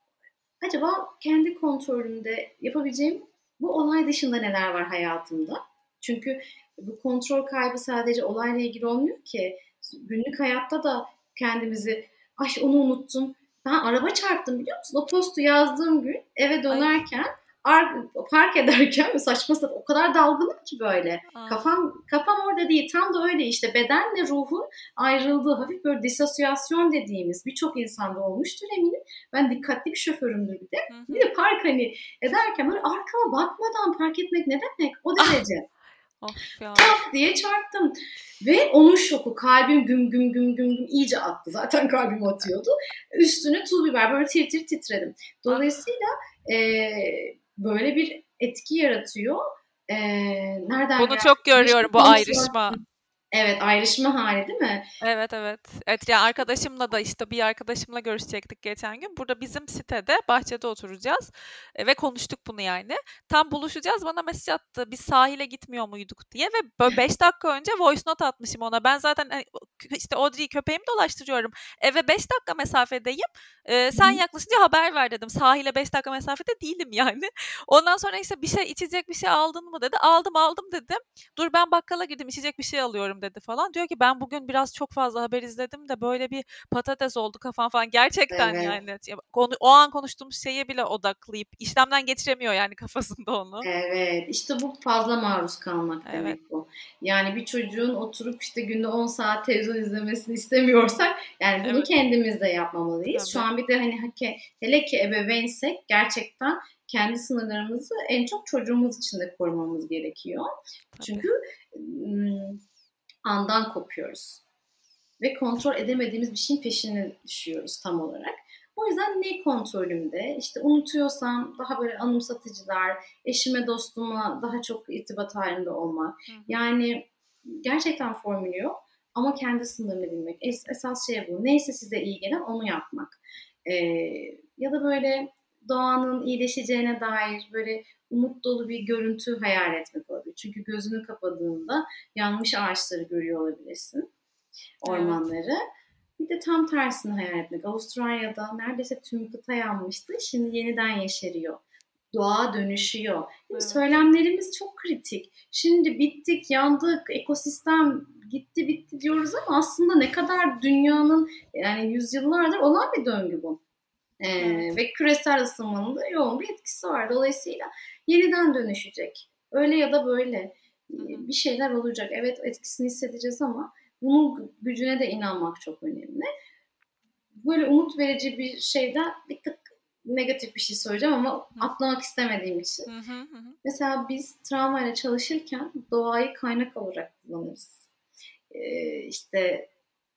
Acaba kendi kontrolümde yapabileceğim bu olay dışında neler var hayatımda? Çünkü bu kontrol kaybı sadece olayla ilgili olmuyor ki. Günlük hayatta da kendimizi ay onu unuttum. Ben araba çarptım biliyor musun? O postu yazdığım gün eve Ay. dönerken park ederken saçma sapan o kadar dalgınım ki böyle. Ah. Kafam orada değil. Tam da öyle işte bedenle ruhun ayrıldığı hafif böyle disosyasyon dediğimiz birçok insanda olmuştur eminim. Ben dikkatli bir şoförümdür bir de. Hı Bir hı. de park hani ederken böyle arkama bakmadan park etmek ne demek? O Ah! derece. Of ya. Tak diye çarptım. Ve onun şoku, kalbim güm güm güm güm güm iyice attı. Zaten kalbim atıyordu. Üstüne tuz biber, böyle tir tir titredim. Dolayısıyla böyle bir etki yaratıyor. Nereden Bunu çok görüyorum, bu ayrışma. Evet, ayrışma hali değil mi? Evet. Evet, yani arkadaşımla da işte bir arkadaşımla görüşecektik geçen gün. Burada bizim sitede, bahçede oturacağız ve konuştuk bunu yani. Tam buluşacağız, bana mesaj attı. Biz sahile gitmiyor muyduk diye ve böyle 5 dakika önce voice note atmışım ona. Ben zaten işte Audrey'i, köpeğimi dolaştırıyorum. Eve 5 dakika mesafedeyim. Sen yaklaşınca haber ver dedim. Sahile 5 dakika mesafede değilim yani. Ondan sonra işte bir şey, içecek bir şey aldın mı dedi. Aldım dedim. Dur ben bakkala girdim, içecek bir şey alıyorum dedi falan. Diyor ki ben bugün biraz çok fazla haber izledim de böyle bir patates oldu kafam falan. Gerçekten yani o an konuştuğumuz şeye bile odaklayıp işlemden geçiremiyor yani kafasında onu. Evet, işte bu fazla maruz kalmak demek bu. Yani bir çocuğun oturup işte günde 10 saat televizyon izlemesini istemiyorsak yani bunu kendimiz de yapmamalıyız. Tabii. Şu an bir de hani hele ki ebeveynsek gerçekten kendi sınırlarımızı en çok çocuğumuz için de korumamız gerekiyor. Tabii. Çünkü andan kopuyoruz. Ve kontrol edemediğimiz bir şeyin peşine düşüyoruz tam olarak. O yüzden ne kontrolümde? İşte unutuyorsam daha böyle anımsatıcılar, eşime, dostuma daha çok irtibat halinde olmak. Yani gerçekten formülü yok ama kendi sınırını bilmek. Esas şey bu. Neyse size iyi gelen onu yapmak. Ya da böyle doğanın iyileşeceğine dair böyle umut dolu bir görüntü hayal etmek olabilir. Çünkü gözünü kapadığında yanmış ağaçları görüyor olabilirsin. Ormanları. Evet. Bir de tam tersini hayal etmek. Avustralya'da neredeyse tüm kıta yanmıştı. Şimdi yeniden yeşeriyor. Doğa dönüşüyor. Evet. Söylemlerimiz çok kritik. Şimdi bittik, yandık, ekosistem gitti bitti diyoruz ama aslında ne kadar dünyanın yani yüzyıllardır olan bir döngü bu. Evet. Ve küresel ısınmanın da yoğun bir etkisi var. Dolayısıyla yeniden dönüşecek. Öyle ya da böyle bir şeyler olacak. Evet etkisini hissedeceğiz ama bunun gücüne de inanmak çok önemli. Böyle umut verici bir şeyden bir tık negatif bir şey söyleyeceğim ama atlamak istemediğim için. Mesela biz travmayla çalışırken doğayı kaynak olarak kullanırız. İşte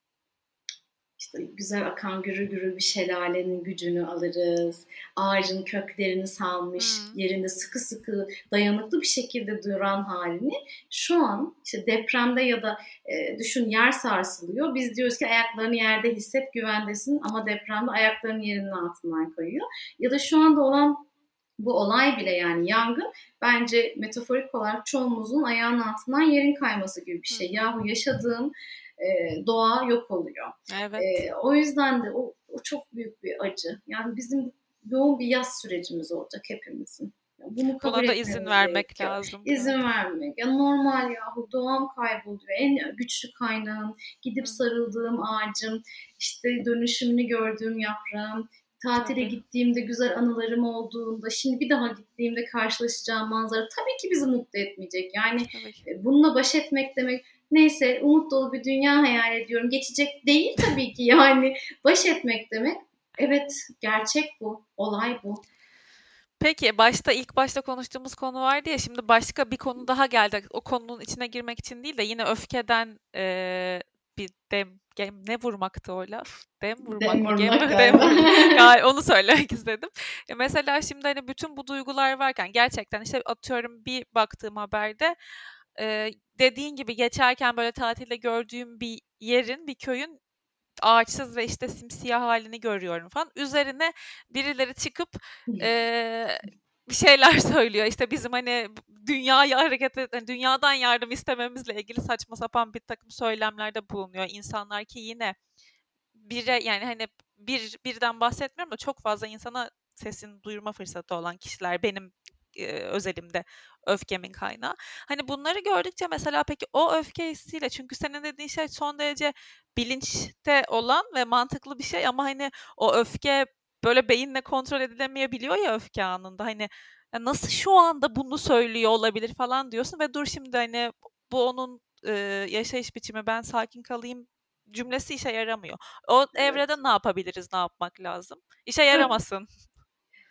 güzel akan gürül gürül bir şelalenin gücünü alırız. Ağacın köklerini salmış, yerinde sıkı sıkı dayanıklı bir şekilde duran halini şu an işte depremde ya da düşün yer sarsılıyor. Biz diyoruz ki ayaklarını yerde hisset, güvendesin ama depremde ayaklarını yerinin altından koyuyor. Ya da şu anda olan bu olay bile yani yangın bence metaforik olarak çoğumuzun ayağının altından yerin kayması gibi bir şey. Yahu yaşadığım doğa yok oluyor. Evet. O yüzden de o çok büyük bir acı. Yani bizim yoğun bir yaz sürecimiz olacak hepimizin. Bunu buna da izin vermek lazım. İzin vermek. Yani normal yahu doğam kayboluyor. En güçlü kaynağım, gidip sarıldığım ağacım, işte dönüşümünü gördüğüm yaprağım, tatile gittiğimde güzel anılarım olduğunda, şimdi bir daha gittiğimde karşılaşacağım manzara tabii ki bizi mutlu etmeyecek. Yani bununla baş etmek demek neyse umut dolu bir dünya hayal ediyorum. Geçecek değil tabii ki yani baş etmek demek. Evet gerçek bu. Olay bu. Peki ilk başta konuştuğumuz konu vardı ya, şimdi başka bir konu daha geldi. O konunun içine girmek için değil de yine öfkeden bir ne vurmaktı o laf? Dem vurmak. Onu söylemek istedim. Mesela şimdi hani bütün bu duygular varken gerçekten işte atıyorum bir baktığım haberde dediğin gibi geçerken böyle tatilde gördüğüm bir yerin, bir köyün ağaçsız ve işte simsiyah halini görüyorum falan. Üzerine birileri çıkıp bir şeyler söylüyor. İşte bizim hani dünyayı dünyadan yardım istememizle ilgili saçma sapan bir takım söylemlerde bulunuyor insanlar ki yine yani hani birden bahsetmiyorum da çok fazla insana sesini duyurma fırsatı olan kişiler benim özelimde öfkemin kaynağı. Hani bunları gördükçe mesela peki o öfke hissiyle, çünkü senin dediğin şey son derece bilinçte olan ve mantıklı bir şey ama hani o öfke böyle beyinle kontrol edilemeyebiliyor ya öfke anında. Hani nasıl şu anda bunu söylüyor olabilir falan diyorsun ve dur şimdi hani bu onun yaşayış biçimi, ben sakin kalayım cümlesi işe yaramıyor. O evrede ne yapabiliriz, ne yapmak lazım? İşe yaramasın.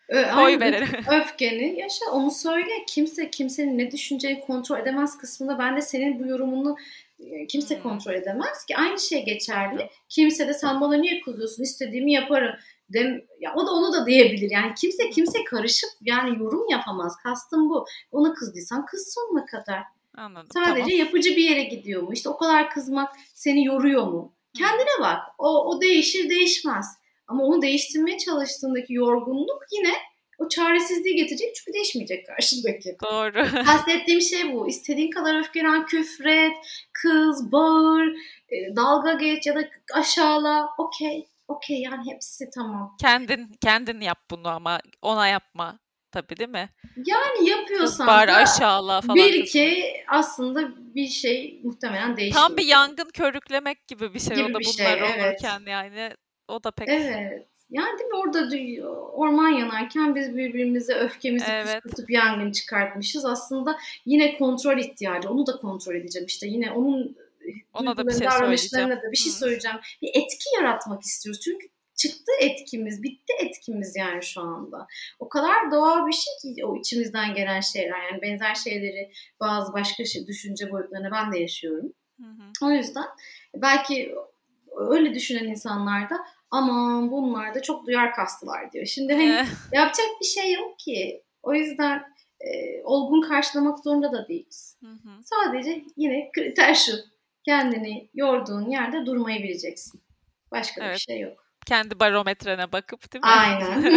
Koy Aynen verelim. öfkeni yaşa, onu söyle. Kimse kimsenin ne düşüneceğini kontrol edemez kısmında ben de senin bu yorumunu kimse kontrol edemez ki. Aynı şey geçerli. Doğru. Kimse de sen bana niye kızıyorsun, istediğimi yaparım. Ya o da onu da diyebilir. Yani kimse karışıp yani yorum yapamaz. Kastım bu. Ona kızdıysan kız sonuna kadar. Anladım, tamam. Sadece yapıcı bir yere gidiyor mu? İşte o kadar kızmak seni yoruyor mu? Kendine bak. O değişir değişmez. Ama onu değiştirmeye çalıştığındaki yorgunluk yine o çaresizliği getirecek çünkü değişmeyecek karşındaki. Doğru. Kastettiğim şey bu. İstediğin kadar öfkelen, küfret, kız, bağır, dalga geç ya da aşağıla. Okey yani hepsi tamam. Kendin yap bunu ama ona yapma. Tabii, değil mi? Yani Kız yapıyorsan bağır, da aşağıla falan bil kısmı. ki aslında bir şey muhtemelen Tam bir değişmeyecek yangın körüklemek gibi bir şey o gibi bir da şey. bunlar Evet. olurken yani o da pek Evet. Yani değil mi orada orman yanarken biz birbirimize öfkemizi evet. püskürtüp yangın çıkartmışız. Aslında yine kontrol ihtiyacı. Onu da kontrol edeceğim işte. Yine onun Ona da bir duygularını, şey söyleyeceğim. davranışlarına da bir şey söyleyeceğim. Bir etki yaratmak istiyoruz. Çünkü çıktı etkimiz, bitti etkimiz yani şu anda. O kadar doğal bir şey ki o içimizden gelen şeyler. Yani benzer şeyleri bazı başka düşünce boyutlarına ben de yaşıyorum. O yüzden belki öyle düşünen insanlar da aman bunlar da çok duyar kastılar diyor. Şimdi hani yapacak bir şey yok ki. O yüzden olgun karşılamak zorunda da değiliz. Sadece yine kriter şu. Kendini yorduğun yerde durmayı bileceksin. Başka da bir Evet. şey yok. Kendi barometrene bakıp, değil mi? Aynen.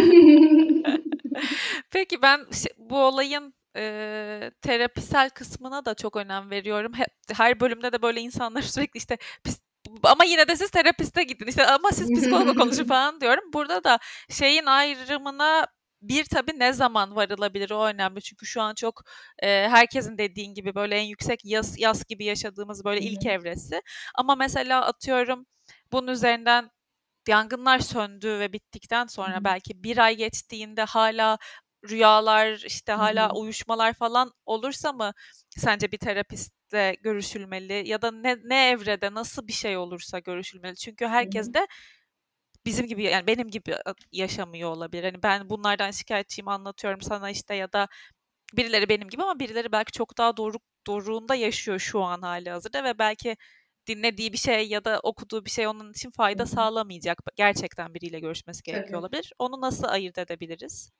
Peki ben bu olayın terapisel kısmına da çok önem veriyorum. Her bölümde de böyle insanlar sürekli işte ama yine de siz terapiste gidin. İşte ama siz psikologla konuşun falan diyorum. Burada da şeyin ayrımına tabii ne zaman varılabilir o önemli. Çünkü şu an çok herkesin dediğin gibi böyle en yüksek yas gibi yaşadığımız böyle ilk evresi. Ama mesela atıyorum bunun üzerinden yangınlar söndü ve bittikten sonra belki bir ay geçtiğinde hala rüyalar, işte hala uyuşmalar falan olursa mı sence bir terapistle görüşülmeli ya da ne evrede nasıl bir şey olursa görüşülmeli? Çünkü herkes de bizim gibi yani benim gibi yaşamıyor olabilir. Hani ben bunlardan şikayetçiyim anlatıyorum sana işte ya da birileri benim gibi ama birileri belki çok daha doruğunda yaşıyor şu an halihazırda ve belki dinlediği bir şey ya da okuduğu bir şey onun için fayda sağlamayacak. Gerçekten biriyle görüşmesi gerekiyor Tabii. olabilir. Onu nasıl ayırt edebiliriz?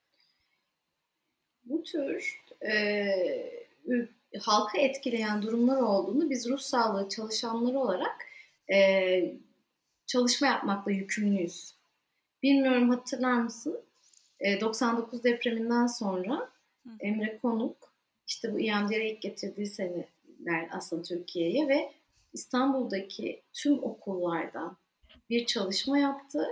Bu tür halka etkileyen durumlar olduğunu biz ruh sağlığı çalışanları olarak çalışma yapmakla yükümlüyüz. Bilmiyorum hatırlar mısın? 99 depreminden sonra Emre Konuk işte bu EMDR'e ilk getirdiği seneler aslında Türkiye'ye ve İstanbul'daki tüm okullardan bir çalışma yaptı.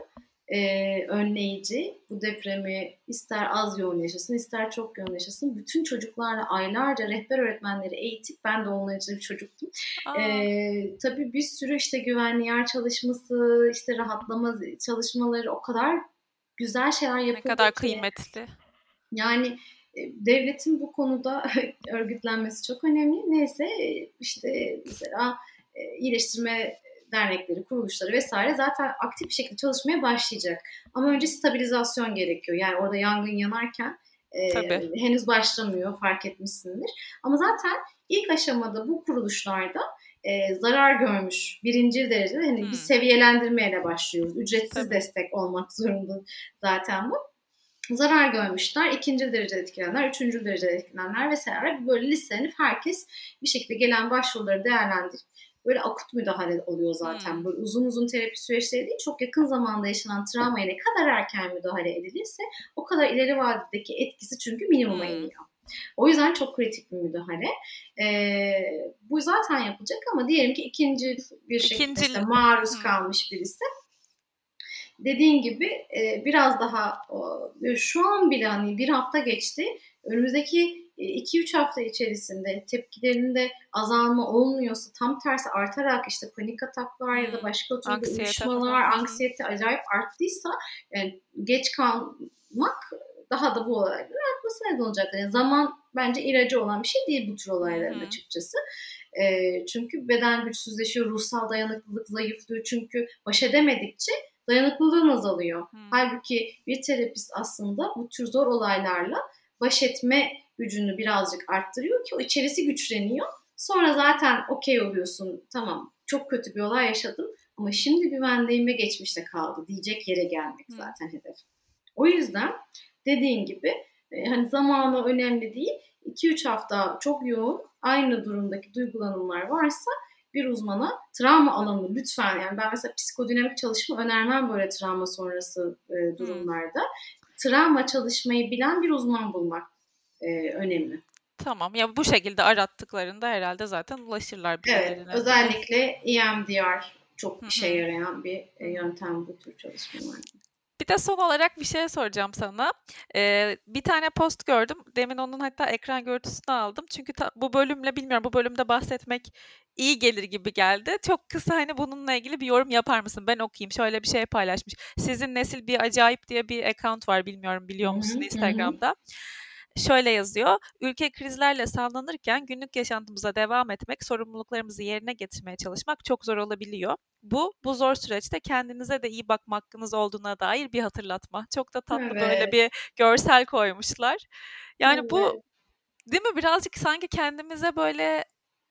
Önleyici bu depremi ister az yoğun yaşasın ister çok yoğun yaşasın bütün çocuklarla aylarca rehber öğretmenleri eğitip ben de onların içinde bir çocuktum. Tabii bir sürü işte güvenli yer çalışması işte rahatlama çalışmaları o kadar güzel şeyler yapıldı Ne kadar ki. kıymetli. Yani devletin bu konuda örgütlenmesi çok önemli. Neyse işte mesela iyileştirme dernekleri, kuruluşları vesaire zaten aktif bir şekilde çalışmaya başlayacak. Ama önce stabilizasyon gerekiyor. Yani orada yangın yanarken henüz başlamıyor fark etmişsindir. Ama zaten ilk aşamada bu kuruluşlarda zarar görmüş birinci derecede hani bir seviyelendirmeyle başlıyoruz. Ücretsiz destek olmak zorunda zaten bu. Zarar görmüşler, ikinci derecede etkilenenler, üçüncü derecede etkilenenler vesaire böyle listelenip herkes bir şekilde gelen başvuruları değerlendirip böyle akut müdahale oluyor zaten. Böyle uzun uzun terapi süreçleri değil, çok yakın zamanda yaşanan travmaya ne kadar erken müdahale edilirse o kadar ileri vadedeki etkisi çünkü minimuma iniyor. O yüzden çok kritik bir müdahale. Bu zaten yapılacak ama diyelim ki ikinci bir şekilde işte maruz kalmış birisi. Dediğin gibi biraz daha şu an bile hani bir hafta geçti. Önümüzdeki 2-3 hafta içerisinde tepkilerinde azalma olmuyorsa tam tersi artarak işte panik ataklar ya da başka türlü uyuşmalar, anksiyete acayip arttıysa yani geç kalmak daha da bu olayların artmasına neden olacaktır. Yani zaman bence ilacı olan bir şey değil bu tür olayların açıkçası. Çünkü beden güçsüzleşiyor, ruhsal dayanıklılık zayıflıyor. Çünkü baş edemedikçe dayanıklılığın azalıyor. Hı. Halbuki bir terapist aslında bu tür zor olaylarla baş etme gücünü birazcık arttırıyor ki o içerisi güçleniyor. Sonra zaten okey oluyorsun, tamam çok kötü bir olay yaşadım ama şimdi güvendeyim ve geçmişte kaldı diyecek yere gelmek zaten hedef. O yüzden dediğin gibi hani zamanı önemli değil. 2-3 hafta çok yoğun aynı durumdaki duygulanımlar varsa bir uzmana, travma alanını lütfen, yani ben mesela psikodinamik çalışma önermem böyle travma sonrası durumlarda. Travma çalışmayı bilen bir uzman bulmak önemli. Tamam. Ya bu şekilde arattıklarında herhalde zaten ulaşırlar Evet, birilerine. özellikle EMDR çok Hı işe hı. yarayan bir yöntem bu tür çalışmalarda. Bir de son olarak bir şey soracağım sana. Bir tane post gördüm. Demin onun hatta ekran görüntüsünü aldım. Çünkü bu bölümle bilmiyorum, bu bölümde bahsetmek iyi gelir gibi geldi. Çok kısa hani bununla ilgili bir yorum yapar mısın? Ben okuyayım. Şöyle bir şey paylaşmış. Sizin nesil bir acayip diye bir account var. Bilmiyorum biliyor musun Instagram'da. Şöyle yazıyor. Ülke krizlerle sallanırken günlük yaşantımıza devam etmek, sorumluluklarımızı yerine getirmeye çalışmak çok zor olabiliyor. Bu zor süreçte kendinize de iyi bakma hakkınız olduğuna dair bir hatırlatma. Çok da tatlı böyle Evet. bir görsel koymuşlar. Yani bu Evet. değil mi? Birazcık sanki kendimize böyle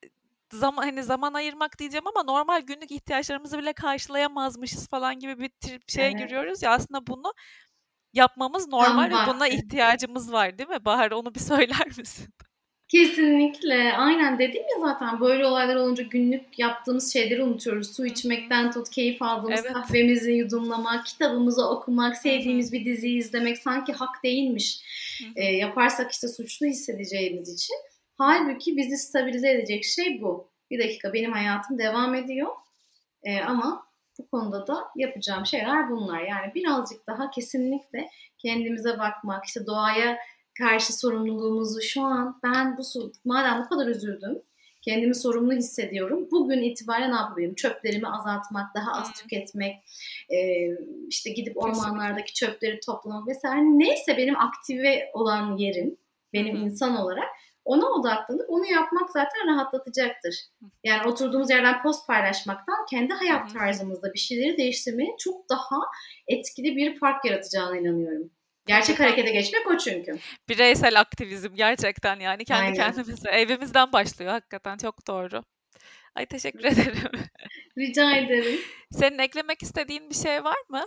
zaman ayırmak diyeceğim ama normal günlük ihtiyaçlarımızı bile karşılayamazmışız falan gibi bir şeye Evet. giriyoruz ya, aslında bunu yapmamız Tam normal ve buna vakti. ihtiyacımız var, değil mi? Bahar, onu bir söyler misin? Kesinlikle. Aynen dedim ya, zaten böyle olaylar olunca günlük yaptığımız şeyleri unutuyoruz. Su Hı hı. içmekten tut, keyif aldığımız Evet. kahvemizi yudumlamak, kitabımızı okumak, Hı hı. sevdiğimiz bir diziyi izlemek sanki hak değilmiş. Hı hı. Yaparsak işte suçlu hissedeceğimiz için. Halbuki bizi stabilize edecek şey bu. Bir dakika, benim hayatım devam ediyor. Ama bu konuda da yapacağım şeyler bunlar. Yani birazcık daha kesinlikle kendimize bakmak, işte doğaya karşı sorumluluğumuzu, şu an ben madem bu kadar üzüldüm, kendimi sorumlu hissediyorum, bugün itibaren ne yapabilirim? Çöplerimi azaltmak, daha az Hımm. tüketmek, işte gidip Kesinlikle. ormanlardaki çöpleri toplamak vesaire. Hani neyse benim aktive olan yerim, Hı benim hı. insan olarak ona odaklanıp onu yapmak zaten rahatlatacaktır. Yani oturduğumuz yerden post paylaşmaktan kendi Hı hayat hı. tarzımızda bir şeyleri değiştirmenin çok daha etkili bir fark yaratacağına inanıyorum. Tabii, Gerçek harekete geçmek o çünkü. bireysel aktivizm gerçekten, yani kendi Aynen. kendimize, evimizden başlıyor hakikaten, çok doğru. Ay, teşekkür ederim. Rica ederim. Senin eklemek istediğin bir şey var mı?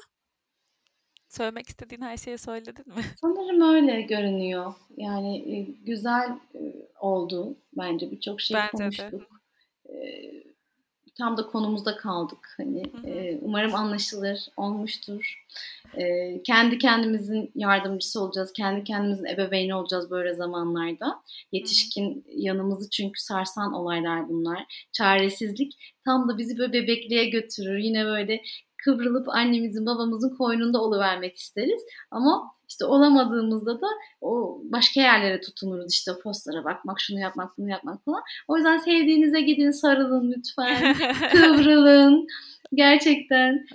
Söylemek istediğin her şeyi söyledin mi? Sanırım öyle görünüyor. Yani güzel oldu. Bence birçok şey Bence de. konuştuk. E, Tam da konumuzda kaldık. Hani Hı hı. umarım anlaşılır olmuştur. Kendi kendimizin yardımcısı olacağız. Kendi kendimizin ebeveyni olacağız böyle zamanlarda. Hı hı. Yetişkin yanımızı çünkü sarsan olaylar bunlar. Çaresizlik tam da bizi böyle bebekliğe götürür. Yine böyle kıvrılıp annemizin babamızın koynunda oluvermek isteriz. Ama işte olamadığımızda da o başka yerlere tutunuruz, işte postlara bakmak, şunu yapmak, bunu yapmak falan. O yüzden sevdiğinize gidin, sarılın lütfen, kıvrılın. Gerçekten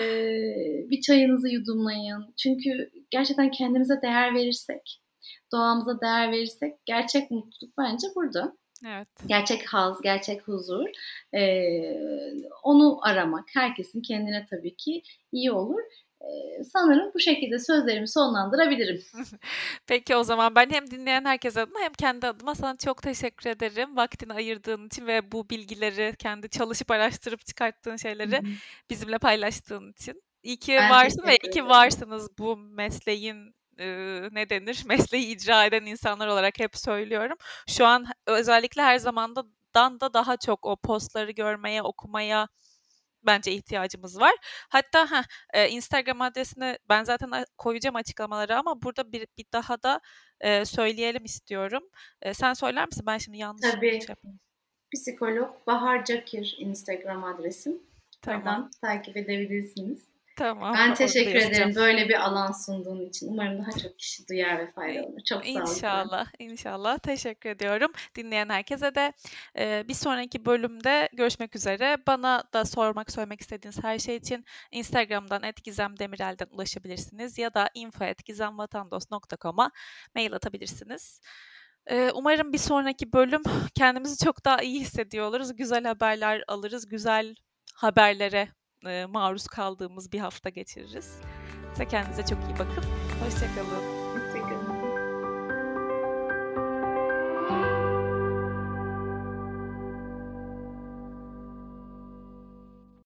bir çayınızı yudumlayın. Çünkü gerçekten kendimize değer verirsek, doğamıza değer verirsek gerçek mutluluk bence burada. Evet. Gerçek haz, gerçek huzur. Onu aramak herkesin kendine tabii ki iyi olur. Sanırım bu şekilde sözlerimi sonlandırabilirim. Peki, o zaman ben hem dinleyen herkes adına hem kendi adıma sana çok teşekkür ederim. Vaktini ayırdığın için ve bu bilgileri, kendi çalışıp araştırıp çıkarttığın Hı şeyleri hı. bizimle paylaştığın için. İyi ki Ben varsın ve teşekkür iyi ki ederim. varsınız bu mesleğin, ne denir, mesleği icra eden insanlar olarak hep söylüyorum. Şu an özellikle her zamandan da daha çok o postları görmeye, okumaya bence ihtiyacımız var. Hatta Instagram adresini ben zaten koyacağım açıklamalara ama burada bir daha da söyleyelim istiyorum. Sen söyler misin? Ben şimdi yanlış şey Tabii. yapayım. Psikolog Bahar Cakir Instagram adresim. Tamam. Oradan takip edebilirsiniz. Tamam. Ben Orada teşekkür yazacağım. ederim böyle bir alan sunduğun için. Umarım daha çok kişi duyar ve faydalanır. Çok sağlıklı. İnşallah, inşallah. Teşekkür ediyorum dinleyen herkese de. Bir sonraki bölümde görüşmek üzere. Bana da söylemek istediğiniz her şey için Instagram'dan @gizemdemirel'den ulaşabilirsiniz ya da info@gizemvatandos.com'a mail atabilirsiniz. Umarım bir sonraki bölüm kendimizi çok daha iyi hissediyor oluruz. Güzel haberler alırız, güzel haberlere maruz kaldığımız bir hafta geçiririz. Size kendinize çok iyi bakın. Hoşça kalın. Hoşçakalın.